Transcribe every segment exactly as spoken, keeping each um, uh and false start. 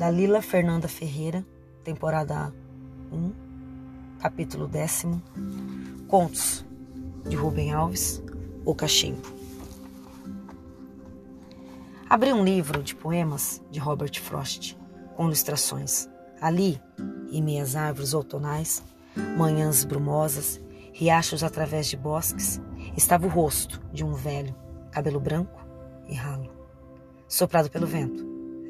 Dalila Fernanda Ferreira, temporada um, capítulo décimo, Contos, de Rubem Alves, O Cachimbo. Abri um livro de poemas de Robert Frost, com ilustrações. Ali, em meias árvores outonais, manhãs brumosas, riachos através de bosques, estava o rosto de um velho, cabelo branco e ralo, soprado pelo vento.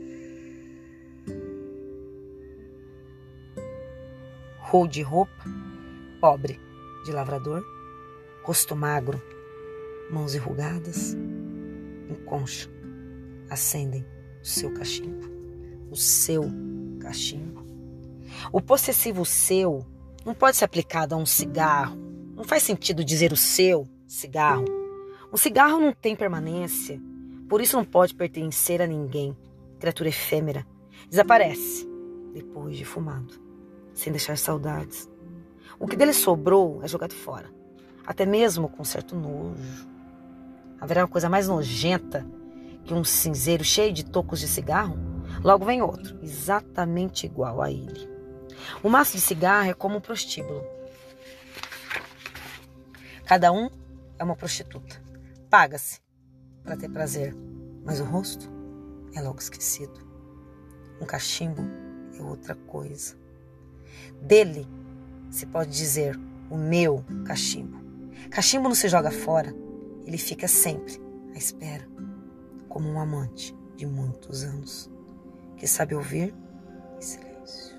Rou de roupa, pobre, de lavrador, rosto magro, mãos enrugadas, em concha, acendem o seu cachimbo, o seu cachimbo. O possessivo seu não pode ser aplicado a um cigarro. Não faz sentido dizer o seu cigarro. Um cigarro não tem permanência, por isso não pode pertencer a ninguém. Criatura efêmera, desaparece depois de fumado, sem deixar saudades. O que dele sobrou é jogado fora, até mesmo com certo nojo. Haverá uma coisa mais nojenta que um cinzeiro cheio de tocos de cigarro? Logo vem outro, exatamente igual a ele. O maço de cigarro é como um prostíbulo. Cada um é uma prostituta. Paga-se para ter prazer, mas o rosto é logo esquecido. Um cachimbo é outra coisa. Dele se pode dizer o meu cachimbo. Cachimbo não se joga fora, ele fica sempre à espera, como um amante de muitos anos, que sabe ouvir em silêncio,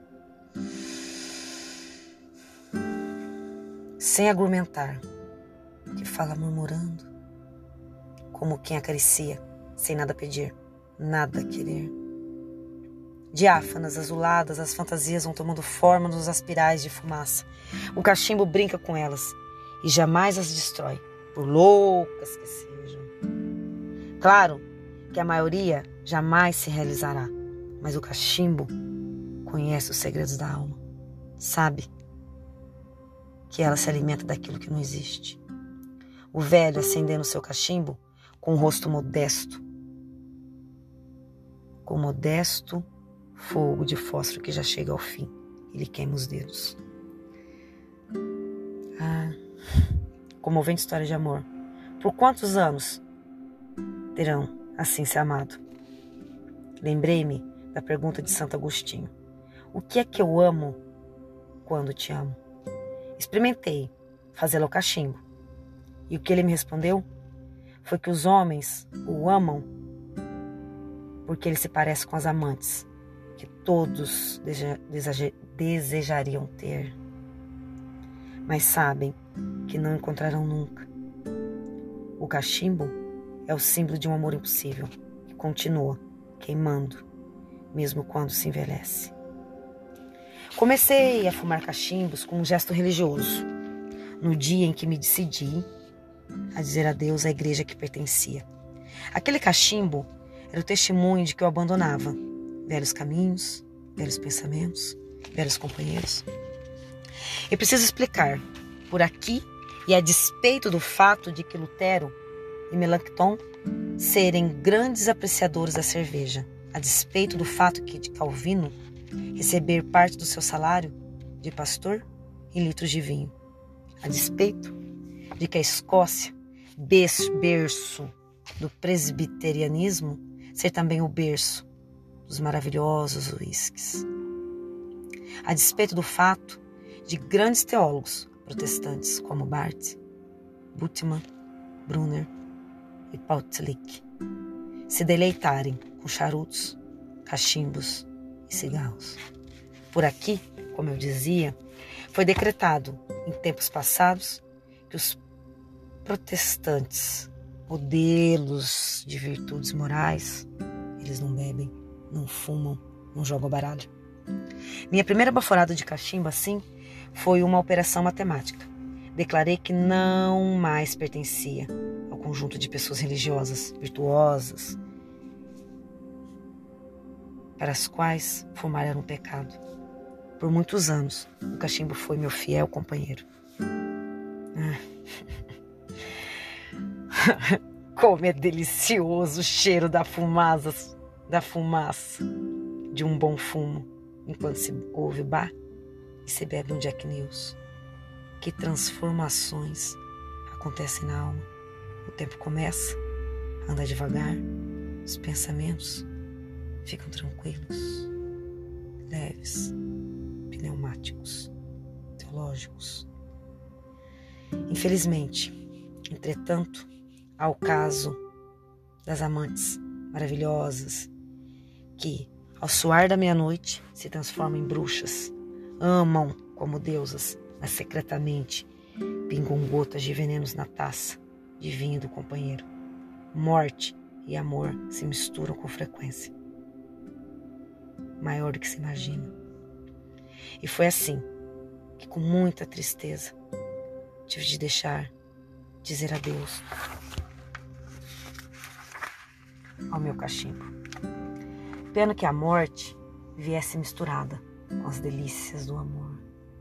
sem argumentar, que fala murmurando, como quem acaricia, sem nada pedir, nada querer. Diáfanas, azuladas, as fantasias vão tomando forma nos aspirais de fumaça. O cachimbo brinca com elas e jamais as destrói, por loucas que sejam. Claro que a maioria jamais se realizará, mas o cachimbo conhece os segredos da alma. Sabe que ela se alimenta daquilo que não existe. O velho acendendo seu cachimbo com um rosto modesto, com modesto fogo de fósforo que já chega ao fim. Ele queima os dedos. Ah, comovente história de amor. Por quantos anos terão assim se amado? Lembrei-me da pergunta de Santo Agostinho. O que é que eu amo quando te amo? Experimentei fazê-lo ao cachimbo. E o que ele me respondeu foi que os homens o amam porque ele se parece com as amantes que todos deseja, deseja, desejariam ter, mas sabem que não encontrarão nunca. O cachimbo é o símbolo de um amor impossível, que continua queimando, mesmo quando se envelhece. Comecei a fumar cachimbos com um gesto religioso, no dia em que me decidi a dizer adeus à igreja que pertencia. Aquele cachimbo era o testemunho de que eu abandonava velhos caminhos, velhos pensamentos, velhos companheiros. E preciso explicar, por aqui, e a despeito do fato de que Lutero e Melanchthon serem grandes apreciadores da cerveja, a despeito do fato que de Calvino receber parte do seu salário de pastor em litros de vinho, a despeito de que a Escócia, berço do presbiterianismo, ser também o berço dos maravilhosos uísques. A despeito do fato de grandes teólogos protestantes como Barth, Bultmann, Brunner e Pautzlich se deleitarem com charutos, cachimbos e cigarros. Por aqui, como eu dizia, foi decretado em tempos passados que os protestantes, modelos de virtudes morais, eles não bebem, não fumam, não jogam baralho. Minha primeira baforada de cachimbo, assim, foi uma operação matemática. Declarei que não mais pertencia ao conjunto de pessoas religiosas, virtuosas, para as quais fumar era um pecado. Por muitos anos, o cachimbo foi meu fiel companheiro. Ah. Como é delicioso o cheiro da fumaça, da fumaça de um bom fumo enquanto se ouve bar e se bebe um Jack News. Que transformações acontecem na alma. O tempo começa a andar devagar, os pensamentos ficam tranquilos, leves, pneumáticos, teológicos. Infelizmente, entretanto, há o caso das amantes maravilhosas que, ao soar da meia-noite, se transformam em bruxas, amam como deusas, mas secretamente pingam gotas de venenos na taça de vinho do companheiro. Morte e amor se misturam com frequência, maior do que se imagina. E foi assim que, com muita tristeza, tive de deixar dizer adeus ao meu cachimbo. Pena que a morte viesse misturada com as delícias do amor.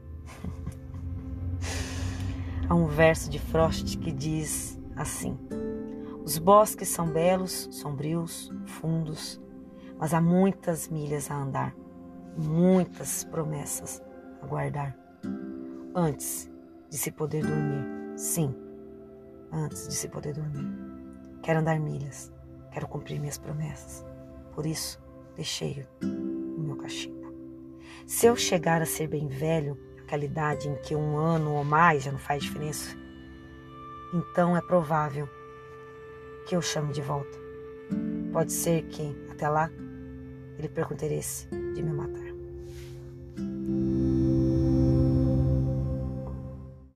Há um verso de Frost que diz assim: os bosques são belos, sombrios, fundos, mas há muitas milhas a andar, muitas promessas a guardar, antes de se poder dormir. Sim, antes de se poder dormir. Quero andar milhas, quero cumprir minhas promessas. Por isso, deixei o meu cachimbo. Se eu chegar a ser bem velho, aquela idade em que um ano ou mais já não faz diferença, então é provável que eu chame de volta. Pode ser que, até lá, ele perca o interesse de me matar.